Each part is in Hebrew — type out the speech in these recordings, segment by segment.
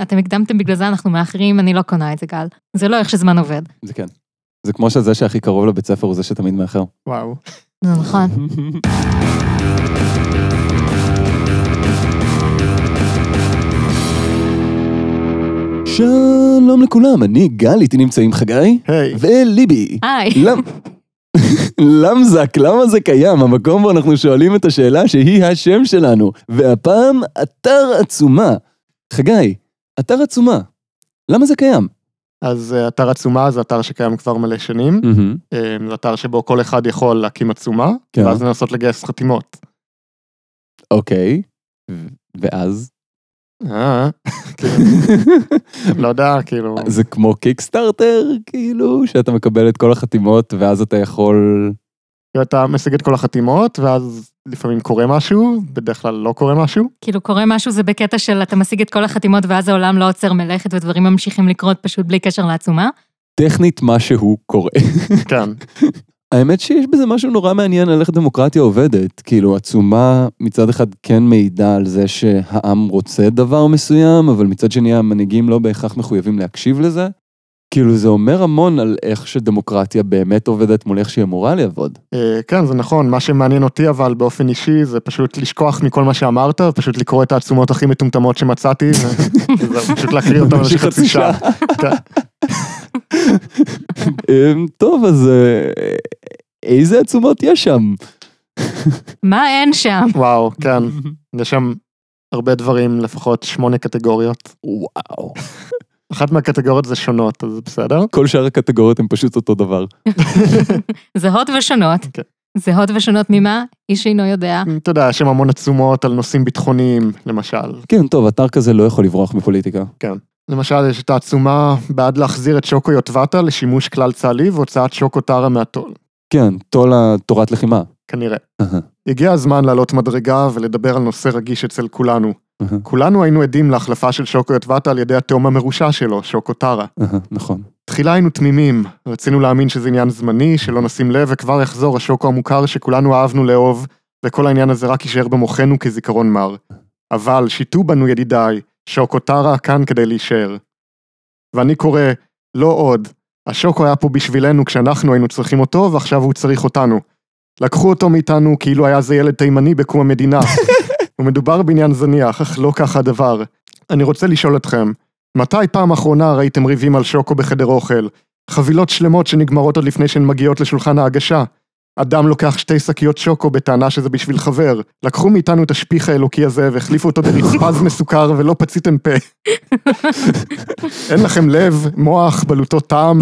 אתם הקדמתם בגלל זה, אנחנו מאחרים, אני לא קונה את זה, גל. זה לא איך שזמן עובד. זה כן. זה כמו שזה שהכי קרוב לבית ספר הוא זה שתמיד מאחר. וואו. זה נכון. שלום לכולם, אני גל, איתי נמצאים חגי. היי. וליבי. היי. למזק, למה זה קיים? המקום בו אנחנו שואלים את השאלה שהיא השם שלנו. והפעם, אתר עצומה. חגי, אתר עצומה. למה זה קיים? אז אתר עצומה זה אתר שקיים כבר מלא שנים. זה אתר שבו כל אחד יכול להקים עצומה, כן. ואז לנסות לגייס חתימות. אוקיי. ואז? לא יודע, כאילו... זה כמו קיקסטארטר, כאילו, שאתה מקבל את כל החתימות, ואז אתה יכול... אתה משיג את כל החתימות, ואז לפעמים קורה משהו, בדרך כלל לא קורה משהו. כאילו קורה משהו, זה בקטע של אתה משיג את כל החתימות, ואז העולם לא עוצר מלאכת, ודברים ממשיכים לקרות פשוט בלי קשר לעצומה. טכנית משהו קורה. כן. האמת שיש בזה משהו נורא מעניין על איך דמוקרטיה עובדת. כאילו, עצומה מצד אחד כן מעידה על זה שהעם רוצה דבר מסוים, אבל מצד שני המנהיגים לא בהכרח מחויבים להקשיב לזה. כאילו, זה אומר המון על איך שדמוקרטיה באמת עובדת מול איך שהיא אמורה לעבוד. כן, זה נכון. מה שמעניין אותי אבל באופן אישי, זה פשוט לשכוח מכל מה שאמרת, ופשוט לקרוא את העצומות הכי מטומטמות שמצאתי, ופשוט להקריא אותם במשך חצי שעה. טוב, אז איזה עצומות יש שם? מה אין שם? וואו, כן. יש שם הרבה דברים, לפחות 8 קטגוריות. וואו. אחת מהקטגוריות זה שונות, אז זה בסדר? כל שאר הקטגוריות הן פשוט אותו דבר. זהות ושונות. זהות ושונות ממה? איש אינו יודע. אתה יודע, יש שם המון עצומות על נושאים ביטחוניים, למשל. כן, טוב, אתר כזה לא יכול לברוח מפוליטיקה. כן. למשל, יש את העצומה בעד להחזיר את שוקו יוטבתה לשימוש כלל צה"לי והוצאת שוקו טרה מהטול. כן, טול התורת לחימה. כנראה. הגיע הזמן לעלות מדרגה ולדבר על נושא רגיש אצל כולנו. כולנו היינו עדים להחלפה של שוקו יוטבתה על ידי התאום המרושע שלו, שוקו טרה. נכון. תחילה היינו תמימים, רצינו להאמין שזה עניין זמני, שלא נשים לב וכבר יחזור השוקו המוכר שכולנו אהבנו לאהוב, וכל העניין הזה רק יישאר במוחנו כזיכרון מר. אבל שיתו בנו ידידיי, שוקו טרה כאן כדי להישאר. ואני קורא, לא עוד, השוקו היה פה בשבילנו כשאנחנו היינו צריכים אותו, ועכשיו הוא צריך אותנו. לקחו אותו מאיתנו כאילו היה זה ילד תימני בקום המדינה. ומדובר בעניין זניח, אך לא ככה הדבר. אני רוצה לשאול אתכם, מתי פעם אחרונה ראיתם ריבים על שוקו בחדר אוכל? חבילות שלמות שנגמרות עוד לפני שהן מגיעות לשולחן ההגשה. אדם לוקח 2 שקיות שוקו בטענה שזה בשביל חבר. לקחו מאיתנו את השפיך האלוקי הזה והחליפו אותו ברצפז מסוכר ולא פציתם פה. אין לכם לב, מוח, בלוטות טעם.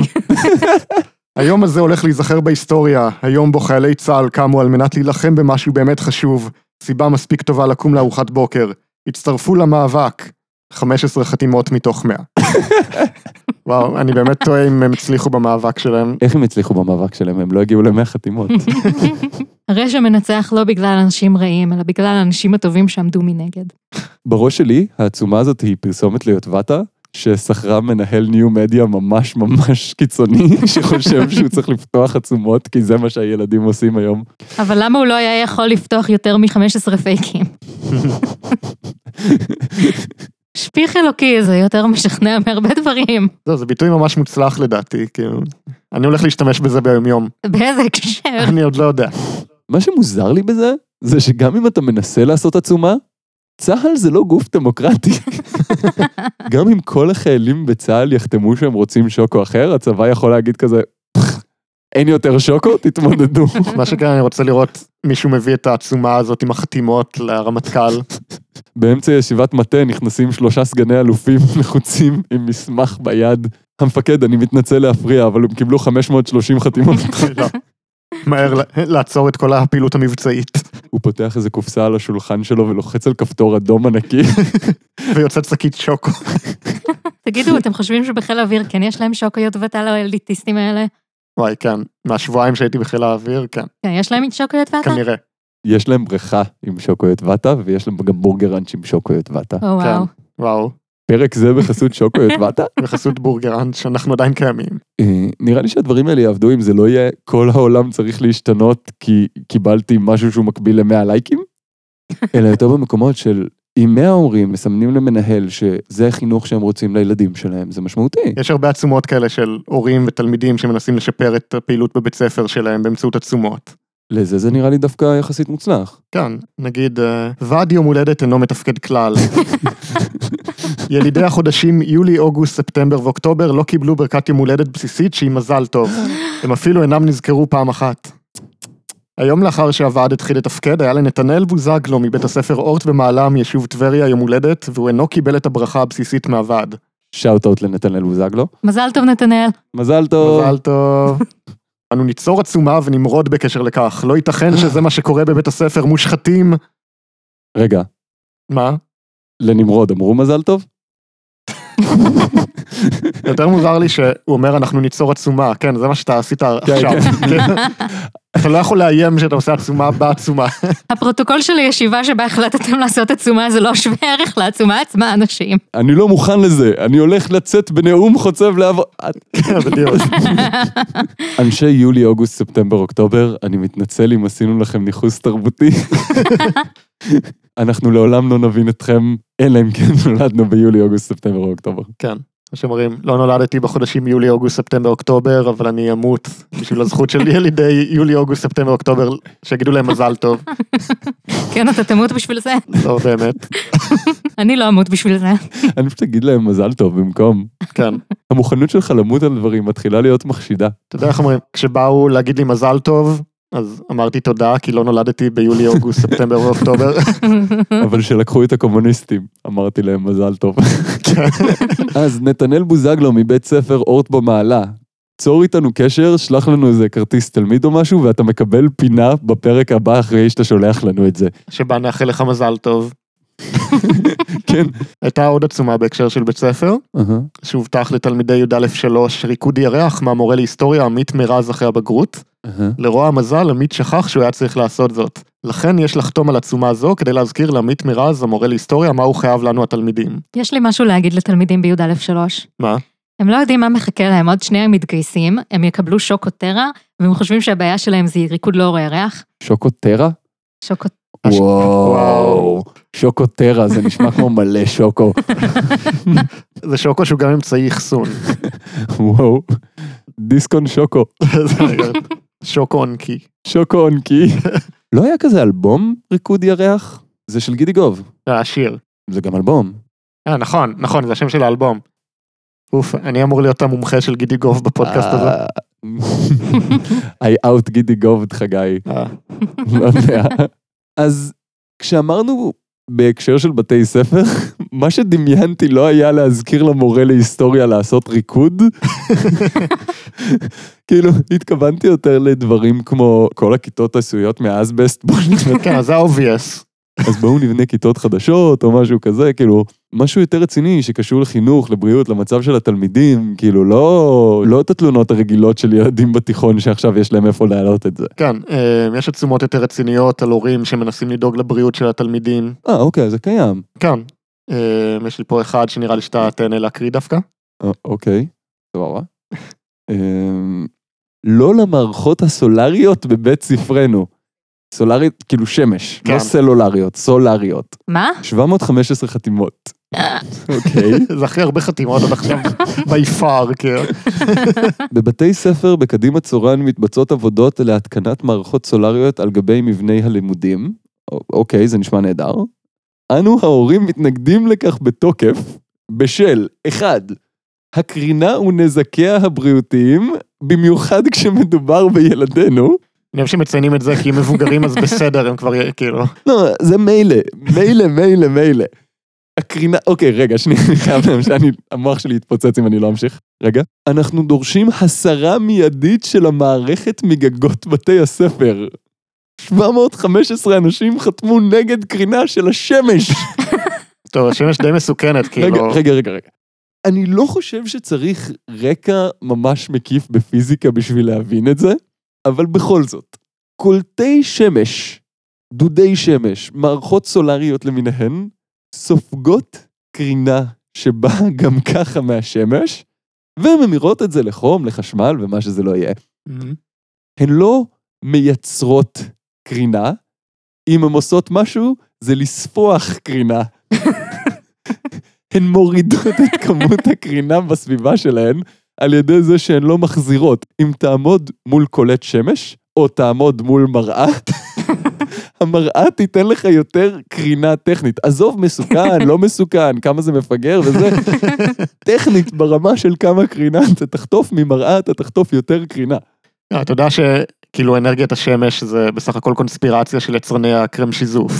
היום הזה הולך להיזכר בהיסטוריה. היום בו חיילי צה"ל קמו על מנת להילחם במשהו באמת חשוב. סיבה מספיק טובה לקום לארוחת בוקר. הצטרפו למאבק. 15 חתימות מתוך 100. וואו, אני באמת טועה אם הם הצליחו במאבק שלהם. איך הם הצליחו במאבק שלהם? הם לא הגיעו ל100 חתימות. הרשע מנצח לא בגלל אנשים רעים, אלא בגלל האנשים הטובים שעמדו מנגד. בראש שלי, העצומה הזאת היא פרסומת ליוטבתה, ששכרה מנהל ניו מדיה ממש ממש קיצוני, שחושב שהוא צריך לפתוח עצומות, כי זה מה שהילדים עושים היום. אבל למה הוא לא היה יכול לפתוח יותר מ-15 פייקים? שפיך אלוקי זה יותר משכנע מהרבה דברים. זה ביטוי ממש מוצלח לדעתי, כאילו. אני הולך להשתמש בזה ביום יום. באיזה הקשר? אני עוד לא יודע. מה שמוזר לי בזה, זה שגם אם אתה מנסה לעשות עצומה, צה"ל זה לא גוף דמוקרטי. גם אם כל החיילים בצה"ל יחתמו שהם רוצים שוקו אחר, הצבא יכול להגיד כזה, אין יותר שוקו, תתמודדו. מה שכן, אני רוצה לראות מישהו מביא את העצומה הזאת עם החתימות לרמטכ"ל. באמצע ישיבת מטה נכנסים 3 סגני אלופים לחוצים עם מסמך ביד. המפקד, אני מתנצל להפריע, אבל הם קיבלו 530 חתימות. מהר לעצור את כל הפעילות המבצעית. הוא פותח איזה קופסה על השולחן שלו ולוחץ על כפתור אדום ענקי. ויוצאת שקית שוקו. תגידו, אתם חושבים שבחיל האוויר כן יש להם שוקו יוטבתה לאליטיסטים האלה? וואי, כן. מהשבועיים שהייתי בחיל האוויר, כן. כן, יש להם שוקו יוטבתה? כנראה. יש להם בריכה עם שוקו יוטבתה, ויש להם גם בורגראנץ' עם שוקו יוטבתה. וואו. וואו. פרק זה בחסות שוקו יוטבתה? בחסות בורגראנץ' שאנחנו עדיין קיימים. נראה לי שהדברים האלה יעבדו אם זה לא יהיה כל העולם צריך להשתנות כי קיבלתי משהו שהוא מקביל ל100 לייקים, אלא יותר במקומות של אם 100 הורים מסמנים למנהל שזה חינוך שהם רוצים לילדים שלהם, זה משמעותי. יש הרבה עצומות כאלה של הורים ותלמידים שמנסים לשפר את הפעילות בבית ספר שלהם באמצעות עצומות. לזה זה נראה לי דווקא יחסית מוצלח. כן, נגיד, ועד יום הולדת אינו מתפקד כלל. ילידי החודשים יולי, אוגוסט, ספטמבר ואוקטובר לא קיבלו ברכת יום הולדת בסיסית שהיא מזל טוב. הם אפילו אינם נזכרו פעם אחת. היום לאחר שהוועד התחיל לתפקד, היה לנתנאל בוזגלו מבית הספר אורט במעלה מיישוב טבריה יום הולדת, והוא אינו קיבל את הברכה הבסיסית מהוועד. שאוט-אוט לנתנאל בוזגלו. מזל טוב, נתנאל. מזל טוב. מזל טוב. אנו ניצור עצומה ונמרוד בקשר לכך. לא ייתכן שזה מה שקורה בבית הספר, מושחתים. רגע. מה? לנמרוד, אמרו מזל טוב? יותר מוזר לי שהוא אומר אנחנו ניצור עצומה, כן, זה מה שאתה עשית עכשיו. אתה לא יכול לאיים שאתה עושה עצומה בעצומה. הפרוטוקול של הישיבה שבה החלטתם לעשות עצומה זה לא שווה ערך לעצומה עצמה, אנשים. אני לא מוכן לזה, אני הולך לצאת בנאום חוצב לעבור. בדיוק. אנשי יולי, אוגוסט, ספטמבר, אוקטובר, אני מתנצל אם עשינו לכם ניחוס תרבותי. אנחנו לעולם לא נבין אתכם, אלא אם כן נולדנו ביולי, אוגוסט, ספטמבר, אוקטובר. כן. שאומרים, לא נולדתי בחודשים יולי, אוגוסט, ספטמבר, אוקטובר, אבל אני אמות בשביל הזכות של ילידי יולי, אוגוסט, ספטמבר, אוקטובר, שיגידו להם מזל טוב. כן, אתה תמות בשביל זה. לא, באמת. אני לא אמות בשביל זה. אני פשוט אגיד להם מזל טוב במקום. כן. המוכנות שלך למות על דברים מתחילה להיות מחשידה. אתה יודע איך אומרים, כשבאו להגיד לי מזל טוב, אז אמרתי תודה, כי לא נולדתי ביולי, אוגוסט, ספטמבר ואוקטובר. אבל שלקחו את הקומוניסטים, אמרתי להם מזל טוב. אז נתנאל בוזגלו מבית ספר אורט במעלה, צור איתנו קשר, שלח לנו איזה כרטיס תלמיד או משהו, ואתה מקבל פינה בפרק הבא אחרי שאתה שולח לנו את זה. שבה נאחל לך מזל טוב. כן. הייתה עוד עצומה בהקשר של בית ספר, שהובטח לתלמידי י"א-3 ריקוד ירח מהמורה להיסטוריה עמית מרז אחרי הבגרות. לרוע המזל, עמית שכח שהוא היה צריך לעשות זאת. לכן יש לחתום על עצומה זו כדי להזכיר לעמית מרז, המורה להיסטוריה, מה הוא חייב לנו התלמידים. יש לי משהו להגיד לתלמידים בי"א-3. מה? הם לא יודעים מה מחכה להם, עוד שנייה הם מתגייסים, הם יקבלו שוקוטרה, והם חושבים שהבעיה שלהם זה ריקוד לאור הירח. שוקוטרה? וואו, שוקוטרה, זה נשמע כמו מלא שוקו. זה שוקו שהוא גם אמצעי אחסון. וואו, דיסקון שוקו. שוקו אונקי. שוקו אונקי. לא היה כזה אלבום ריקוד ירח? זה של גידי גוב. זה השיר. זה גם אלבום. נכון, נכון, זה השם של האלבום. אוף, אני אמור להיות המומחה של גידי גוב בפודקאסט הזה. I out גידי גוב את חגי. לא יודע. אז כשאמרנו בהקשר של בתי ספר, מה שדמיינתי לא היה להזכיר למורה להיסטוריה לעשות ריקוד. כאילו, התכוונתי יותר לדברים כמו כל הכיתות עשויות מאסבסט. כן, זה obvious. אז בואו נבנה כיתות חדשות או משהו כזה, כאילו, משהו יותר רציני שקשור לחינוך, לבריאות, למצב של התלמידים, כאילו, לא את התלונות הרגילות של ילדים בתיכון שעכשיו יש להם איפה להעלות את זה. כן, יש עצומות יותר רציניות על הורים שמנסים לדאוג לבריאות של התלמידים. אוקיי, זה קיים. כן, יש לי פה אחד שנראה לי שאתה תהנה להקריא דווקא. אוקיי, סבבה. לא למערכות הסולריות בבית ספרנו. סולרית, כאילו שמש, לא סלולריות, סולריות. מה? 715 חתימות. אוקיי. זה הכי הרבה חתימות עד עכשיו, ביפר, כן. בבתי ספר בקדימה צורן מתבצעות עבודות להתקנת מערכות סולריות על גבי מבני הלימודים. אוקיי, זה נשמע נהדר. אנו ההורים מתנגדים לכך בתוקף, בשל, 1, הקרינה ונזקיה הבריאותיים, במיוחד כשמדובר בילדינו. אני חושב שמציינים את זה כי הם מבוגרים אז בסדר, הם כבר כאילו. לא, זה מילא. הקרינה, אוקיי, רגע, שנייה, אני חייב להם המוח שלי יתפוצץ אם אני לא אמשיך. רגע. אנחנו דורשים הסרה מיידית של המערכת מגגות בתי הספר. 715 אנשים חתמו נגד קרינה של השמש. טוב, השמש די מסוכנת, כאילו. רגע. אני לא חושב שצריך רקע ממש מקיף בפיזיקה בשביל להבין את זה, אבל בכל זאת, קולטי שמש, דודי שמש, מערכות סולריות למיניהן, סופגות קרינה שבאה גם ככה מהשמש, והן ממירות את זה לחום, לחשמל ומה שזה לא יהיה. הן לא מייצרות קרינה, אם הן עושות משהו, זה לספוח קרינה. הן מורידות את כמות הקרינה בסביבה שלהן, על ידי זה שהן לא מחזירות. אם תעמוד מול קולט שמש, או תעמוד מול מראה, המראה תיתן לך יותר קרינה טכנית. עזוב מסוכן, לא מסוכן, כמה זה מפגר וזה. טכנית ברמה של כמה קרינה, אתה תחטוף ממראה, אתה תחטוף יותר קרינה. אתה יודע שכאילו אנרגיית השמש זה בסך הכל קונספירציה של יצרני הקרם שיזוף.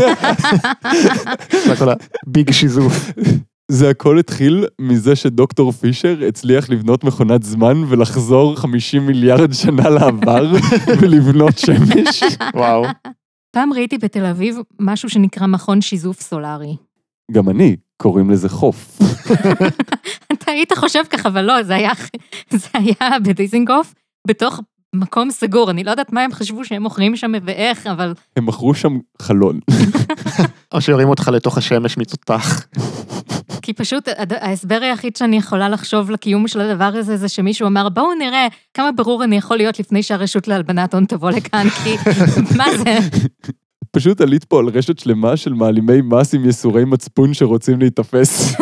זה הכל הביג שיזוף. זה הכל התחיל מזה שדוקטור פישר הצליח לבנות מכונת זמן ולחזור 50 מיליארד שנה לעבר ולבנות שמש. וואו. פעם ראיתי בתל אביב משהו שנקרא מכון שיזוף סולארי. גם אני, קוראים לזה חוף. אתה היית חושב ככה, אבל לא, זה היה בדיזינגוף, בתוך מקום סגור. אני לא יודעת מה הם חשבו שהם מוכרים שם ואיך, אבל... הם מכרו שם חלון. או שיורים אותך לתוך השמש מתותח. כי פשוט ההסבר היחיד שאני יכולה לחשוב לקיום של הדבר הזה, זה שמישהו אמר, בואו נראה כמה ברור אני יכול להיות לפני שהרשות להלבנת הון תבוא לכאן, כי מה זה? פשוט עלית פה על רשת שלמה של מעלימי מס עם יסורי מצפון שרוצים להתאפס.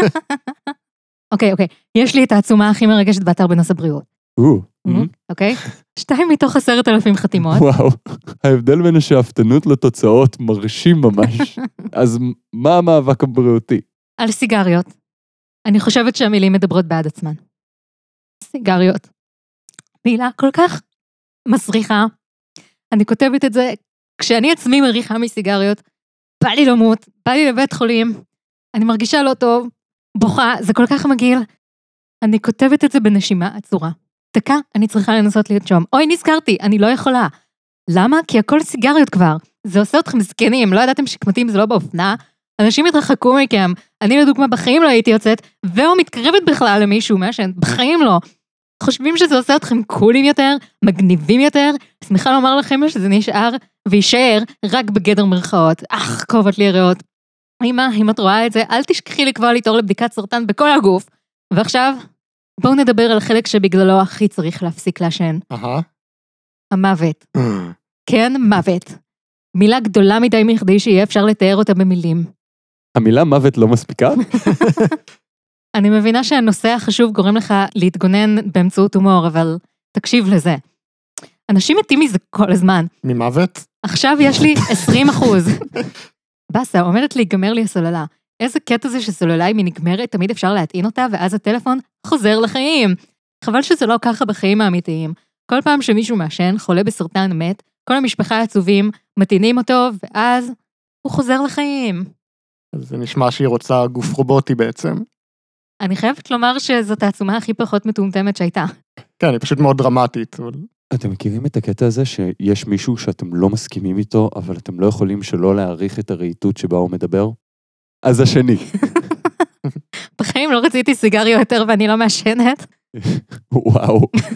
אוקיי, יש לי את העצומה הכי מרגשת באתר בנושא בריאות. אוקיי? 2 מתוך 10,000 חתימות. וואו, ההבדל בין השאפתנות לתוצאות מרשים ממש. אז מה המאבק הבריאותי? על סיגריות. אני חושבת שהמילים מדברות בעד עצמן. סיגריות. מילה כל כך מסריחה. אני כותבת את זה, כשאני עצמי מריחה מסיגריות, בא לי למות, בא לי לבית חולים, אני מרגישה לא טוב, בוכה, זה כל כך מגעיל. אני כותבת את זה בנשימה עצורה. דקה, אני צריכה לנסות להיות שם. אוי, נזכרתי, אני לא יכולה. למה? כי הכל סיגריות כבר. זה עושה אתכם זקנים, לא ידעתם שקמטים זה לא באופנה. אנשים התרחקו מכם. אני לדוגמה בחיים לא הייתי יוצאת, והוא מתקרבת בכלל למישהו מעשן, בחיים לא. חושבים שזה עושה אתכם קולים יותר, מגניבים יותר, שמחה לומר לכם שזה נשאר וישאר רק בגדר מרכאות. כובד לי הריאות. אמא, אם את רואה את זה, אל תשכחי לקבוע לי תור לבדיקת סרטן בכל הגוף. ועכשיו, בואו נדבר על החלק שבגללו הכי צריך להפסיק לעשן. המוות. כן, מוות. מילה גדולה מדי מכדי שיהיה אפשר לתאר אותה במילים. המילה מוות לא מספיקה? אני מבינה שהנושא החשוב גורם לך להתגונן באמצעות הומור, אבל תקשיב לזה. אנשים מתים מזה כל הזמן. ממוות? עכשיו יש לי 20%. בסה, עומדת להיגמר לי הסוללה. איזה קטע זה שסוללה אם היא נגמרת, תמיד אפשר להטעין אותה, ואז הטלפון חוזר לחיים. חבל שזה לא ככה בחיים האמיתיים. כל פעם שמישהו מעשן, חולה בסרטן מת, כל המשפחה העצובים, מטעינים אותו, ואז הוא חוזר לחיים. אז זה נשמע שהיא רוצה גוף רובוטי בעצם. אני חייבת לומר שזאת העצומה הכי פחות מטומטמת שהייתה. כן, היא פשוט מאוד דרמטית. אתם מכירים את הקטע הזה שיש מישהו שאתם לא מסכימים איתו, אבל אתם לא יכולים שלא להעריך את הרהיטות שבה הוא מדבר? אז השני. בחיים לא רציתי סיגריה יותר ואני לא מעשנת. וואו.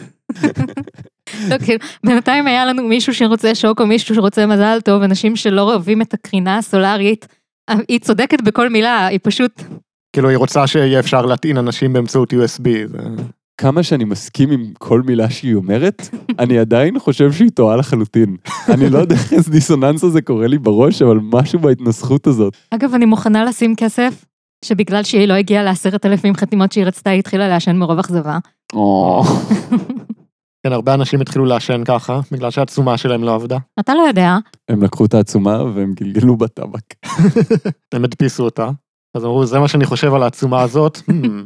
בינתיים היה לנו מישהו שרוצה שוק או מישהו שרוצה מזל טוב, אנשים שלא אוהבים את הקרינה הסולארית. היא צודקת בכל מילה, היא פשוט... כאילו היא רוצה שיהיה אפשר להטעין אנשים באמצעות USB. כמה שאני מסכים עם כל מילה שהיא אומרת, אני עדיין חושב שהיא טועה לחלוטין. אני לא יודע איזה דיסוננס הזה קורה לי בראש, אבל משהו בהתנסחות הזאת. אגב, אני מוכנה לשים כסף, שבגלל שהיא לא הגיעה ל10,000 חתימות שהיא רצתה, היא התחילה לעשן מרוב אכזבה. כן, הרבה אנשים התחילו לעשן ככה, בגלל שהעצומה שלהם לא עבדה. אתה לא יודע. הם לקחו את העצומה והם גלגלו בטבק. הם הדפיסו אותה, אז אמרו, זה מה שאני חושב על העצומה הזאת.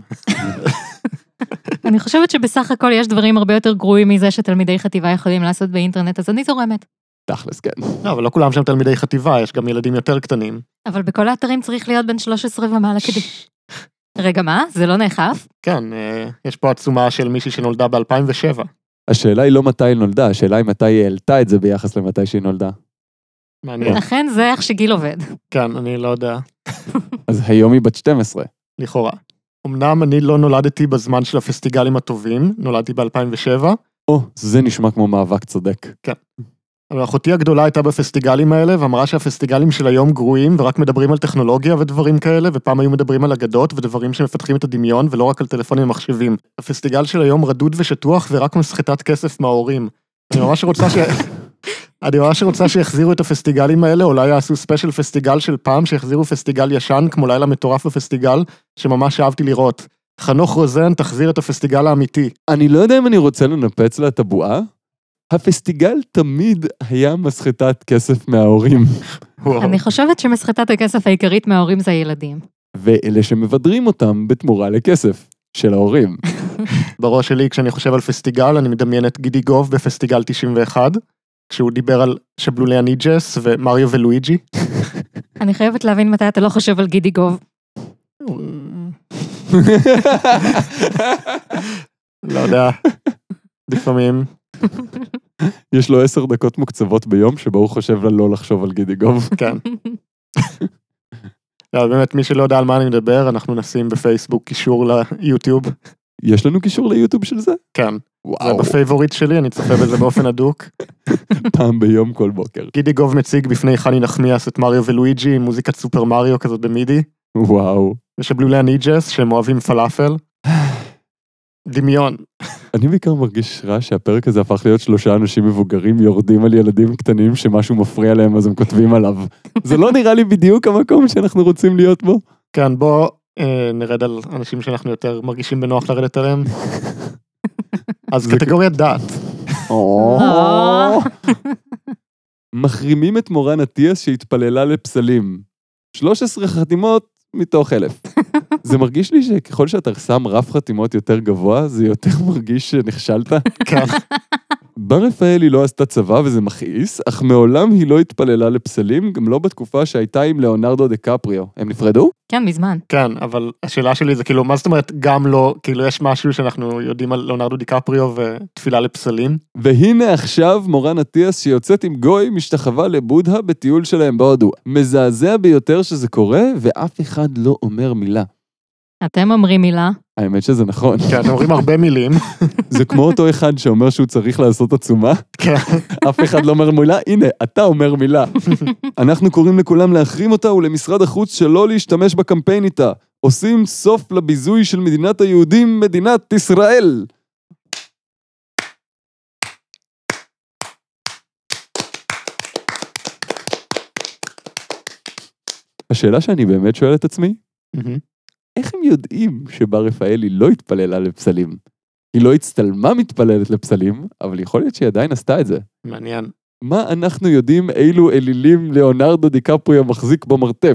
אני חושבת שבסך הכל יש דברים הרבה יותר גרועים מזה שתלמידי חטיבה יכולים לעשות באינטרנט, אז אני זורמת. תכלס, כן. לא, אבל לא כולם שם תלמידי חטיבה, יש גם ילדים יותר קטנים. אבל בכל האתרים צריך להיות בין 13 ומעלה כדי... רגע, מה? זה לא נאכף? כן, יש פה עצומה של מישהי שנולדה ב-2007. השאלה היא לא מתי היא נולדה, השאלה היא מתי היא העלתה את זה ביחס למתי שהיא נולדה. מעניין. אכן זה איך שגיל עובד. כן, אני לא יודע. אז היום היא בת 12. לכאורה. אמנם אני לא נולדתי בזמן של הפסטיגלים הטובים, נולדתי ב-2007. זה נשמע כמו מאבק צודק. כן. אבל אחותי הגדולה הייתה בפסטיגלים האלה, ואמרה שהפסטיגלים של היום גרועים, ורק מדברים על טכנולוגיה ודברים כאלה, ופעם היו מדברים על אגדות ודברים שמפתחים את הדמיון, ולא רק על טלפונים ומחשבים. הפסטיגל של היום רדוד ושטוח, ורק מסחטת כסף מההורים. אני ממש רוצה אני ממש רוצה שיחזירו את הפסטיגלים האלה, אולי יעשו ספיישל פסטיגל של פעם, שיחזירו פסטיגל ישן, כמו לילה מטורף בפסטיגל, שממש אהבתי לראות. חנוך רוזן, תחזיר את הפסטיגל האמיתי. אני לא יודע אם אני רוצה לנפץ לה את הבועה. הפסטיגל תמיד היה מסחטת כסף מההורים. אני חושבת שמסחטת הכסף העיקרית מההורים זה הילדים. ואלה שמבדרים אותם בתמורה לכסף של ההורים. בראש שלי, כשאני חושב על פסטיגל, אני מדמיין את גידי גוב בפסטיגל 91, כשהוא דיבר על שבלולי הניג'ס ומריו ולואיג'י. אני חייבת להבין מתי אתה לא חושב על גידי גוב. לא יודע, לפעמים. יש לו 10 דקות מוקצבות ביום, שבו הוא חושב לא לחשוב על גידי גוב. כן. באמת, מי שלא יודע על מה אני מדבר, אנחנו נשים בפייסבוק קישור ליוטיוב. יש לנו קישור ליוטיוב של זה? כן. וואו. זה בפייבוריט שלי, אני צופה בזה באופן הדוק. פעם ביום כל בוקר. גידי גוב מציג בפני חני נחמיאס את מריו ולואיג'י, עם מוזיקת סופר מריו כזאת במידי. וואו. ושבלולי הניג'ס, שהם אוהבים פלאפל. דמיון. אני בעיקר מרגיש רע שהפרק הזה הפך להיות 3 אנשים מבוגרים יורדים על ילדים קטנים שמשהו מפריע להם אז הם כותבים עליו. זה לא נראה לי בדיוק המקום שאנחנו רוצים להיות בו. כן, בוא נרד על אנשים שאנחנו יותר מרגישים בנוח לרדת עליהם. אז קטגוריית דת. מחרימים את מורן אטיאס שהתפללה לפסלים. 13 חתימות מתוך 1,000. זה מרגיש לי שככל שאתה שם רף חתימות יותר גבוה, זה יותר מרגיש שנכשלת. כן. בר רפאלי לא עשתה צבא וזה מכעיס, אך מעולם היא לא התפללה לפסלים, גם לא בתקופה שהייתה עם ליאונרדו דיקפריו. הם נפרדו? כן, מזמן. כן, אבל השאלה שלי זה כאילו, מה זאת אומרת גם לא, כאילו יש משהו שאנחנו יודעים על ליאונרדו דיקפריו ותפילה לפסלים? והנה עכשיו מורן אטיאס שיוצאת עם גוי משתחווה לבודה בטיול שלהם בהודו. מזעזע ביותר שזה קורה ואף אחד לא אומר מילה. אתם אומרים מילה. האמת שזה נכון. כן, אתם אומרים הרבה מילים. זה כמו אותו אחד שאומר שהוא צריך לעשות עצומה. כן. אף אחד לא אומר מילה, הנה, אתה אומר מילה. אנחנו קוראים לכולם להחרים אותה ולמשרד החוץ שלא להשתמש בקמפיין איתה. עושים סוף לביזוי של מדינת היהודים, מדינת ישראל. השאלה שאני באמת שואל את עצמי, איך הם יודעים שבר רפאלי לא התפללה לפסלים? היא לא הצטלמה מתפללת לפסלים, אבל יכול להיות שהיא עדיין עשתה את זה. מעניין. מה אנחנו יודעים אילו אלילים ליאונרדו דיקפריו מחזיק במרתף?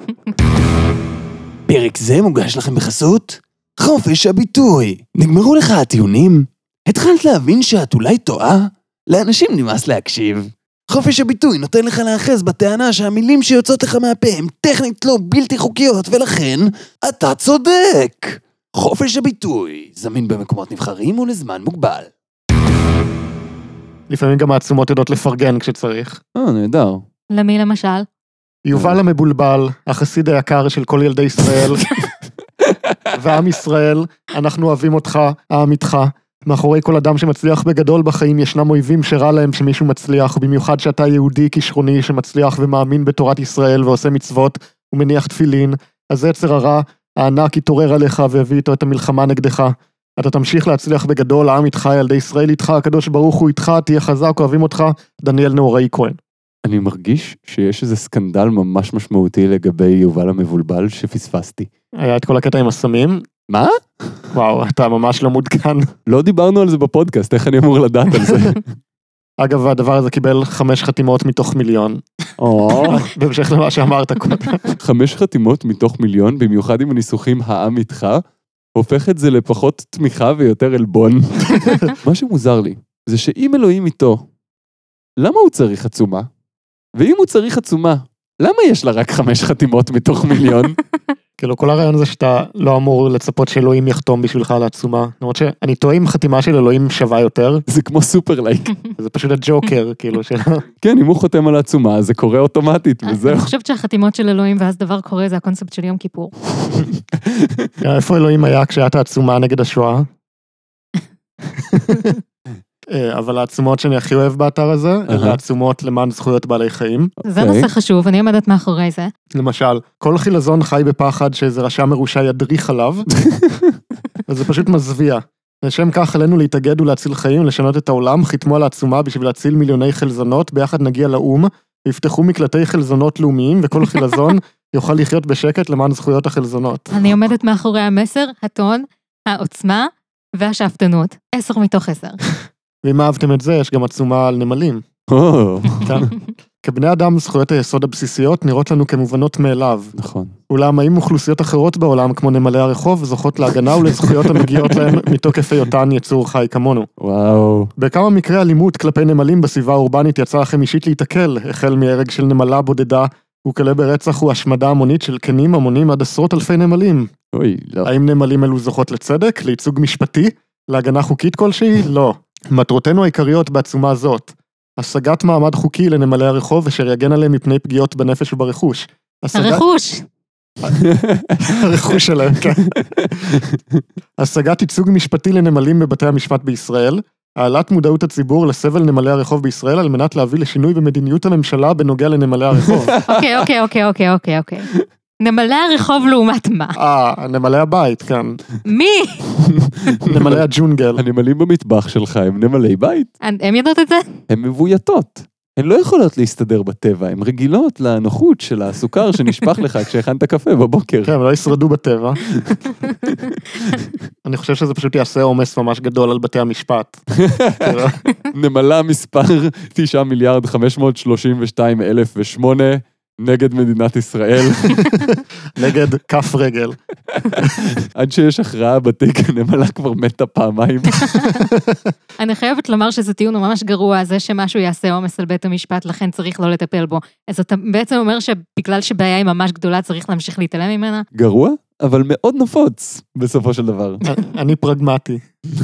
פרק זה מוגש לכם בחסות חופש הביטוי. נגמרו לך הטיעונים? התחלת להבין שאת אולי טועה? לאנשים נמאס להקשיב. חופש הביטוי נותן לך להאחז בטענה שהמילים שיוצאות לך מהפה הם טכנית לא בלתי חוקיות, ולכן אתה צודק. חופש הביטוי זמין במקומות נבחרים ולזמן מוגבל. לפעמים גם העצומות יודעות לפרגן כשצריך. נהדר. למי למשל? יובל המבולבל, החסיד היקר של כל ילדי ישראל, ועם ישראל, אנחנו אוהבים אותך, העם איתך. מאחורי כל אדם שמצליח בגדול בחיים ישנם אויבים שרע להם שמישהו מצליח, במיוחד שאתה יהודי כישרוני שמצליח ומאמין בתורת ישראל ועושה מצוות ומניח תפילין, אז יצר הרע הענק יתעורר עליך והביא איתו את המלחמה נגדך. אתה תמשיך להצליח בגדול, העם איתך, ילדי ישראל איתך, הקדוש ברוך הוא איתך, תהיה חזק, אוהבים אותך, דניאל נאוראי כהן. אני מרגיש שיש איזה סקנדל ממש משמעותי לגבי יובל המבולבל שפספסתי. היה את כל הקטע עם הסמים. מה? וואו, אתה ממש לא מודכן. לא דיברנו על זה בפודקאסט, איך אני אמור לדעת על זה? אגב, הדבר הזה קיבל 5 חתימות מתוך 1,000,000. בהמשך למה שאמרת קודם. 5 חתימות מתוך 1,000,000, במיוחד עם הניסוחים העם איתך, הופך את זה לפחות תמיכה ויותר אלבון. מה שמוזר לי, זה שאם אלוהים איתו, למה הוא צריך עצומה? ואם הוא צריך עצומה, למה יש לה רק 5 חתימות מתוך 1,000,000? כאילו, כל הרעיון זה שאתה לא אמור לצפות שאלוהים יחתום בשבילך על העצומה. למרות שאני טועה אם חתימה של אלוהים שווה יותר. זה כמו סופר לייק. זה פשוט הג'וקר, כאילו, של... כן, אם הוא חותם על העצומה, זה קורה אוטומטית, וזהו. אני חושבת שהחתימות של אלוהים ואז דבר קורה, זה הקונספט של יום כיפור. איפה אלוהים היה כשהייתה העצומה נגד השואה? אבל העצומות שאני הכי אוהב באתר הזה, אלה העצומות למען זכויות בעלי חיים. זה נושא חשוב, אני עומדת מאחורי זה. למשל, כל חילזון חי בפחד שאיזה רשע מרושע ידריך עליו, וזה פשוט מזוויע. לשם כך עלינו להתאגד ולהציל חיים, לשנות את העולם, חיתמו על העצומה בשביל להציל מיליוני חלזונות, ביחד נגיע לאום, ויפתחו מקלטי חלזונות לאומיים, וכל חלזון יוכל לחיות בשקט למען זכויות החלזונות. אני עומדת מאחורי המסר, הטון, העוצמה והשאפתנות. 10 מתוך 10. ואם אהבתם את זה, יש גם עצומה על נמלים. כן. כבני אדם, זכויות היסוד הבסיסיות נראות לנו כמובנות מאליו. נכון. אולם האם אוכלוסיות אחרות בעולם, כמו נמלי הרחוב, זוכות להגנה ולזכויות המגיעות להם מתוקף היותן יצור חי כמונו. וואו. בכמה מקרי אלימות כלפי נמלים בסביבה האורבנית יצא לכם אישית להתקל, החל מהרג של נמלה בודדה, וכלה ברצח והשמדה המונית של קנים המונים עד עשרות אלפי נמלים. אוי, לא. האם נמלים אלו זוכות לצדק, לייצוג משפטי, להגנה חוקית כלשהי? לא. מטרותינו העיקריות בעצומה זאת, השגת מעמד חוקי לנמלי הרחוב, אשר יגן עליהם מפני פגיעות בנפש וברכוש. הרכוש. הרכוש שלהם, כן. השגת ייצוג משפטי לנמלים בבתי המשפט בישראל, העלאת מודעות הציבור לסבל נמלי הרחוב בישראל, על מנת להביא לשינוי במדיניות הממשלה בנוגע לנמלי הרחוב. אוקיי. נמלי הרחוב לעומת מה? נמלי הבית, כן. מי? נמלי הג'ונגל. הנמלים במטבח שלך הם נמלי בית. הם יודעות את זה? הן מבויתות. הן לא יכולות להסתדר בטבע, הן רגילות לנוחות של הסוכר שנשפך לך כשהכנת קפה בבוקר. כן, לא ישרדו בטבע. אני חושב שזה פשוט יעשה עומס ממש גדול על בתי המשפט. נמלה מספר 9,532,008 נגד מדינת ישראל. נגד כף רגל. עד שיש הכרעה בתיק, הנמלה כבר מתה פעמיים. אני חייבת לומר שזה טיעון ממש גרוע, זה שמשהו יעשה עומס על בית המשפט, לכן צריך לא לטפל בו. אז אתה בעצם אומר שבגלל שבעיה היא ממש גדולה, צריך להמשיך להתעלם ממנה? גרוע, אבל מאוד נפוץ, בסופו של דבר. אני פרגמטי.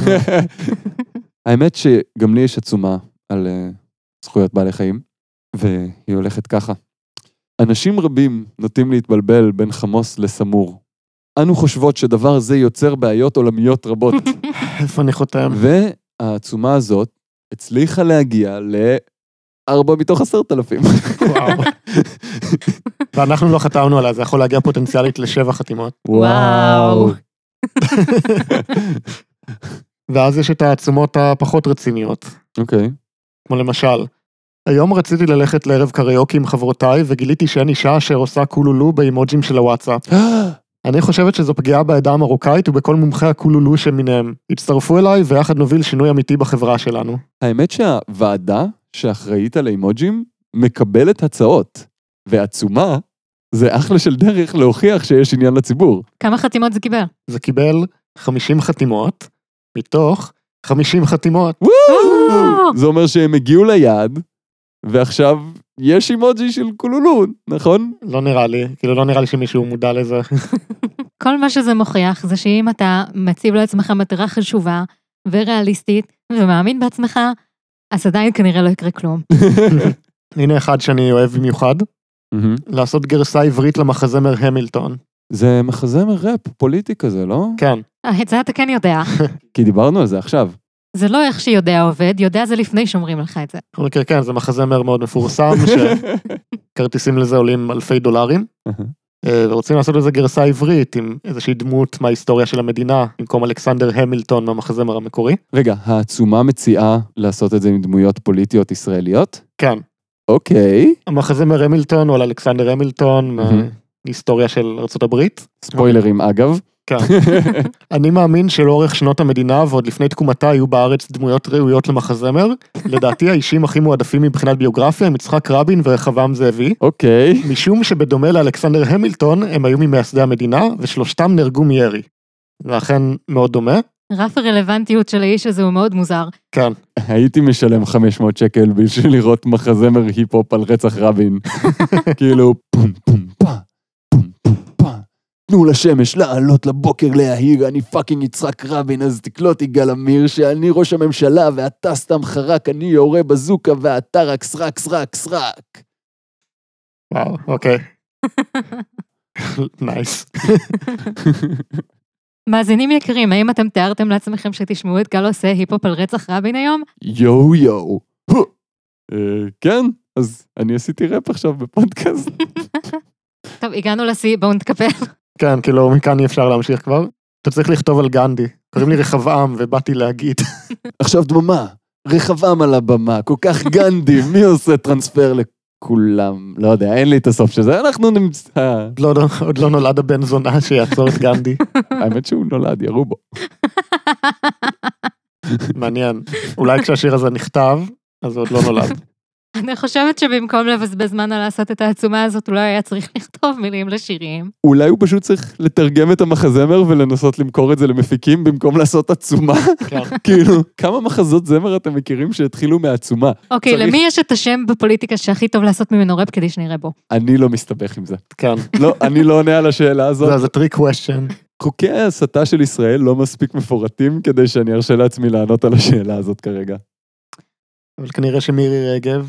האמת שגם לי יש עצומה על זכויות בעלי חיים, והיא הולכת ככה. אנשים רבים נוטים להתבלבל בין חמוס לסמור. אנו חושבות שדבר זה יוצר בעיות עולמיות רבות. איפה אני חותם? והעצומה הזאת הצליחה להגיע ל4 מתוך 10,000. וואו. ואנחנו לא חתמנו עליה, זה יכול להגיע פוטנציאלית ל7 חתימות. וואו. ואז יש את העצומות הפחות רציניות. אוקיי. כמו למשל, היום רציתי ללכת לערב קריוקי עם חברותיי, וגיליתי שאין אישה אשר עושה קולולו באימוג'ים של הוואטסאפ. אני חושבת שזו פגיעה בעדה המרוקאית ובכל מומחי הקולולו שמיניהם. הצטרפו אליי ויחד נוביל שינוי אמיתי בחברה שלנו. האמת שהוועדה שאחראית על האימוג'ים מקבלת הצעות, ועצומה זה אחלה של דרך להוכיח שיש עניין לציבור. כמה חתימות זה קיבל? זה קיבל 50 חתימות, מתוך 50 חתימות. זה אומר שהם הגיעו ליעד, ועכשיו יש אימוג'י של קולולו, נכון? לא נראה לי, כאילו לא נראה לי שמישהו מודע לזה. כל מה שזה מוכיח זה שאם אתה מציב לעצמך מטרה חשובה וריאליסטית ומאמין בעצמך, אז עדיין כנראה לא יקרה כלום. הנה אחד שאני אוהב במיוחד, לעשות גרסה עברית למחזמר המילטון. זה מחזמר ראפ פוליטי כזה, לא? כן. את זה אתה כן יודע. כי דיברנו על זה עכשיו. זה לא איך שיודע עובד, יודע זה לפני שאומרים לך את זה. כן, זה מחזמר מאוד מפורסם, שכרטיסים לזה עולים אלפי דולרים, ורוצים לעשות לזה גרסה עברית, עם איזושהי דמות מההיסטוריה של המדינה, במקום אלכסנדר המילטון מהמחזמר המקורי. רגע, העצומה מציעה לעשות את זה עם דמויות פוליטיות ישראליות? כן. אוקיי. המחזמר המילטון הוא על אלכסנדר המילטון, מההיסטוריה של ארצות הברית. ספוילרים אגב. כן. אני מאמין שלאורך שנות המדינה, ועוד לפני תקומתה, היו בארץ דמויות ראויות למחזמר. לדעתי האישים הכי מועדפים מבחינת ביוגרפיה, הם יצחק רבין ורחבעם זאבי. אוקיי. משום שבדומה לאלכסנדר המילטון, הם היו ממייסדי המדינה, ושלושתם נהרגו מירי. ואכן מאוד דומה. רף הרלוונטיות של האיש הזה הוא מאוד מוזר. כן. הייתי משלם 500 שקל בשביל לראות מחזמר היפ-הופ על רצח רבין. כאילו, פום פום פה. תנו לשמש לעלות לבוקר להעיר, אני פאקינג יצחק רבין, אז תקלוט יגאל עמיר, שאני ראש הממשלה ואתה סתם חרק, אני יורה בזוקה ואתה רק סרק סרק סרק. וואו, אוקיי. נייס. מאזינים יקרים, האם אתם תיארתם לעצמכם שתשמעו את גל עושה היפ-הופ על רצח רבין היום? יו יו. כן, אז אני עשיתי ראפ עכשיו בפודקאסט. טוב, הגענו לשיא, בואו נתקפל. כן, כאילו מכאן אי אפשר להמשיך כבר. אתה צריך לכתוב על גנדי, קוראים לי רחבעם, ובאתי להגיד. עכשיו דממה, רחבעם על הבמה, כל כך גנדי, מי עושה טרנספר לכולם? לא יודע, אין לי את הסוף של זה, אנחנו נמצא. עוד לא נולד הבן זונה שיעצור את גנדי. האמת שהוא נולד, ירו בו. מעניין. אולי כשהשיר הזה נכתב, אז הוא עוד לא נולד. אני חושבת שבמקום לבזבז זמן על לעשות את העצומה הזאת, אולי היה צריך לכתוב מילים לשירים. אולי הוא פשוט צריך לתרגם את המחזמר ולנסות למכור את זה למפיקים במקום לעשות עצומה. כאילו, כמה מחזות זמר אתם מכירים שהתחילו מעצומה? אוקיי, למי יש את השם בפוליטיקה שהכי טוב לעשות ממנו רפ כדי שנראה בו? אני לא מסתבך עם זה. כן. לא, אני לא עונה על השאלה הזאת. זה טריק קוושן. חוקי ההסתה של ישראל לא מספיק מפורטים כדי שאני ארשה לעצמי לענות על השאלה הזאת כרגע. אבל כנראה שמירי רגב.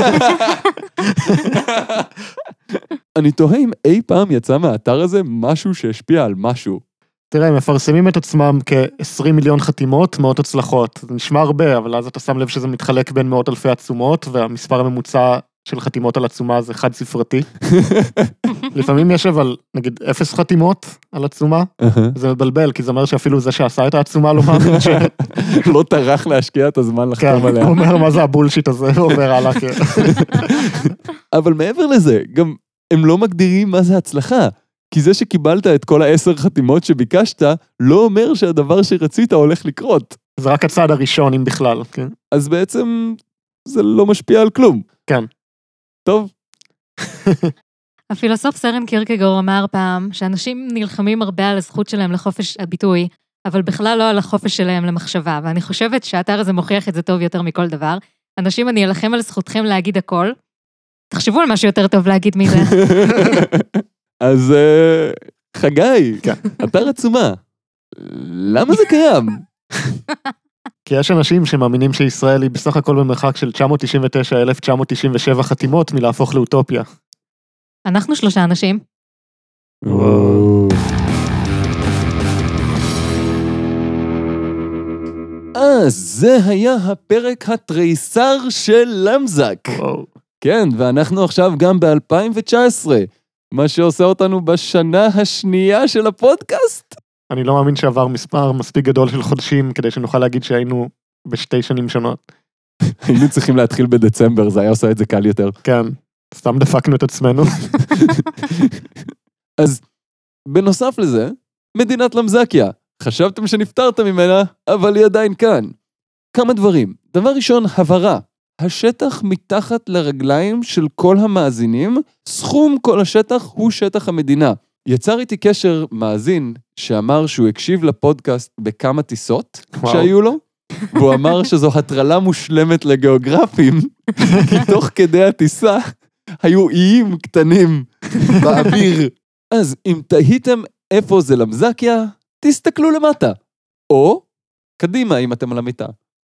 אני תוהה אם אי פעם יצא מהאתר הזה משהו שהשפיע על משהו. תראה, הם מפרסמים את עצמם כ-20 מיליון חתימות, מאות הצלחות. זה נשמע הרבה, אבל אז אתה שם לב שזה מתחלק בין מאות אלפי עצומות, והמספר הממוצע של חתימות על עצומה זה חד ספרתי. לפעמים יש אבל, נגיד, 0 חתימות על עצומה, זה מבלבל, כי זה אומר שאפילו זה שעשה את העצומה לא מאמין ש... לא טרח להשקיע את הזמן לחתום עליה. הוא אומר מה זה הבולשיט הזה, הוא אומר הלאה. אבל מעבר לזה, גם הם לא מגדירים מה זה הצלחה. כי זה שקיבלת את כל 10 חתימות שביקשת, לא אומר שהדבר שרצית הולך לקרות. זה רק הצעד הראשון, אם בכלל. אז בעצם זה לא משפיע על כלום. כן. טוב. הפילוסוף סרן קירקגור אמר פעם שאנשים נלחמים הרבה על הזכות שלהם לחופש הביטוי, אבל בכלל לא על החופש שלהם למחשבה, ואני חושבת שהאתר הזה מוכיח את זה טוב יותר מכל דבר. אנשים, אני אלחם על זכותכם להגיד הכל. תחשבו על משהו יותר טוב להגיד מזה. אז חגי, אתר עצומה. למה זה קיים? כי יש אנשים שמאמינים שישראל היא בסך הכל במרחק של 999,997 חתימות מלהפוך לאוטופיה. אנחנו 3 אנשים. זה היה הפרק התריסר של למזק. כן, ואנחנו עכשיו גם ב-2019, מה שעושה אותנו בשנה השנייה של הפודקאסט. אני לא מאמין שעבר מספר מספיק גדול של חודשים, כדי שנוכל להגיד שהיינו ב2 שנים שונות. היינו צריכים להתחיל בדצמבר, זה היה עושה את זה קל יותר. כן, סתם דפקנו את עצמנו. אז בנוסף לזה, מדינת למזקיה. חשבתם שנפטרת ממנה, אבל היא עדיין כאן. כמה דברים. דבר ראשון, הבהרה. השטח מתחת לרגליים של כל המאזינים, סכום כל השטח הוא שטח המדינה. יצר איתי קשר מאזין שאמר שהוא הקשיב לפודקאסט בכמה טיסות שהיו לו, והוא אמר שזו הטרלה מושלמת לגיאוגרפים, כי תוך כדי הטיסה היו איים קטנים באוויר. אז אם תהיתם איפה זה למזקיה, תסתכלו למטה. או קדימה אם אתם על המיטה.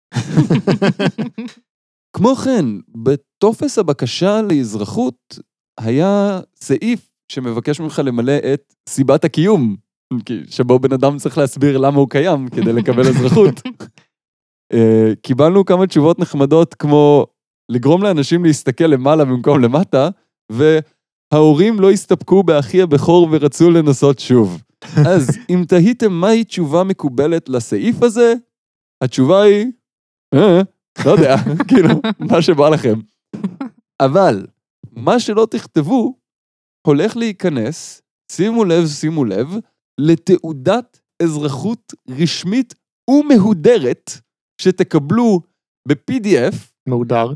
כמו כן, בטופס הבקשה לאזרחות היה סעיף שמבקש ממך למלא את סיבת הקיום, שבו בן אדם צריך להסביר למה הוא קיים כדי לקבל אזרחות. קיבלנו כמה תשובות נחמדות כמו לגרום לאנשים להסתכל למעלה במקום למטה, וההורים לא הסתפקו באחי הבכור ורצו לנסות שוב. אז אם תהיתם מהי תשובה מקובלת לסעיף הזה, התשובה היא, לא יודע, כאילו, מה שבא לכם. אבל, מה שלא תכתבו, הולך להיכנס, שימו לב, לתעודת אזרחות רשמית ומהודרת, שתקבלו ב-PDF. מהודר.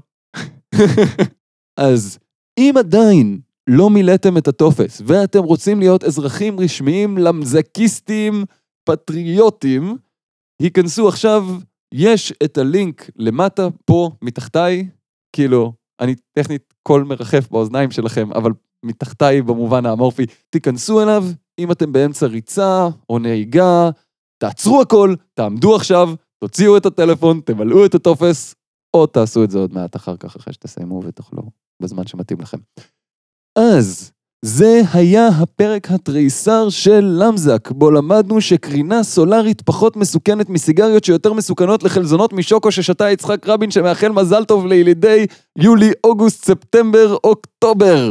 אז, אם עדיין לא מילאתם את הטופס, ואתם רוצים להיות אזרחים רשמיים, למזקיסטים, פטריוטים, היכנסו עכשיו, יש את הלינק למטה, פה, מתחתיי, כאילו, אני טכנית קול מרחף באוזניים שלכם, אבל מתחתיי במובן האמורפי, תיכנסו אליו, אם אתם באמצע ריצה או נהיגה, תעצרו הכל, תעמדו עכשיו, תוציאו את הטלפון, תמלאו את הטופס, או תעשו את זה עוד מעט אחר כך, אחרי שתסיימו ותוכלו בזמן שמתאים לכם. אז, זה היה הפרק התריסר של למזק, בו למדנו שקרינה סולרית פחות מסוכנת מסיגריות שיותר מסוכנות לחלזונות משוקו ששתה יצחק רבין שמאחל מזל טוב לילידי יולי, אוגוסט, ספטמבר, אוקטובר.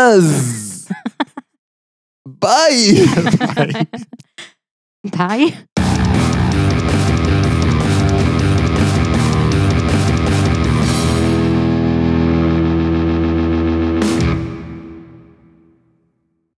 אז... ביי! ביי.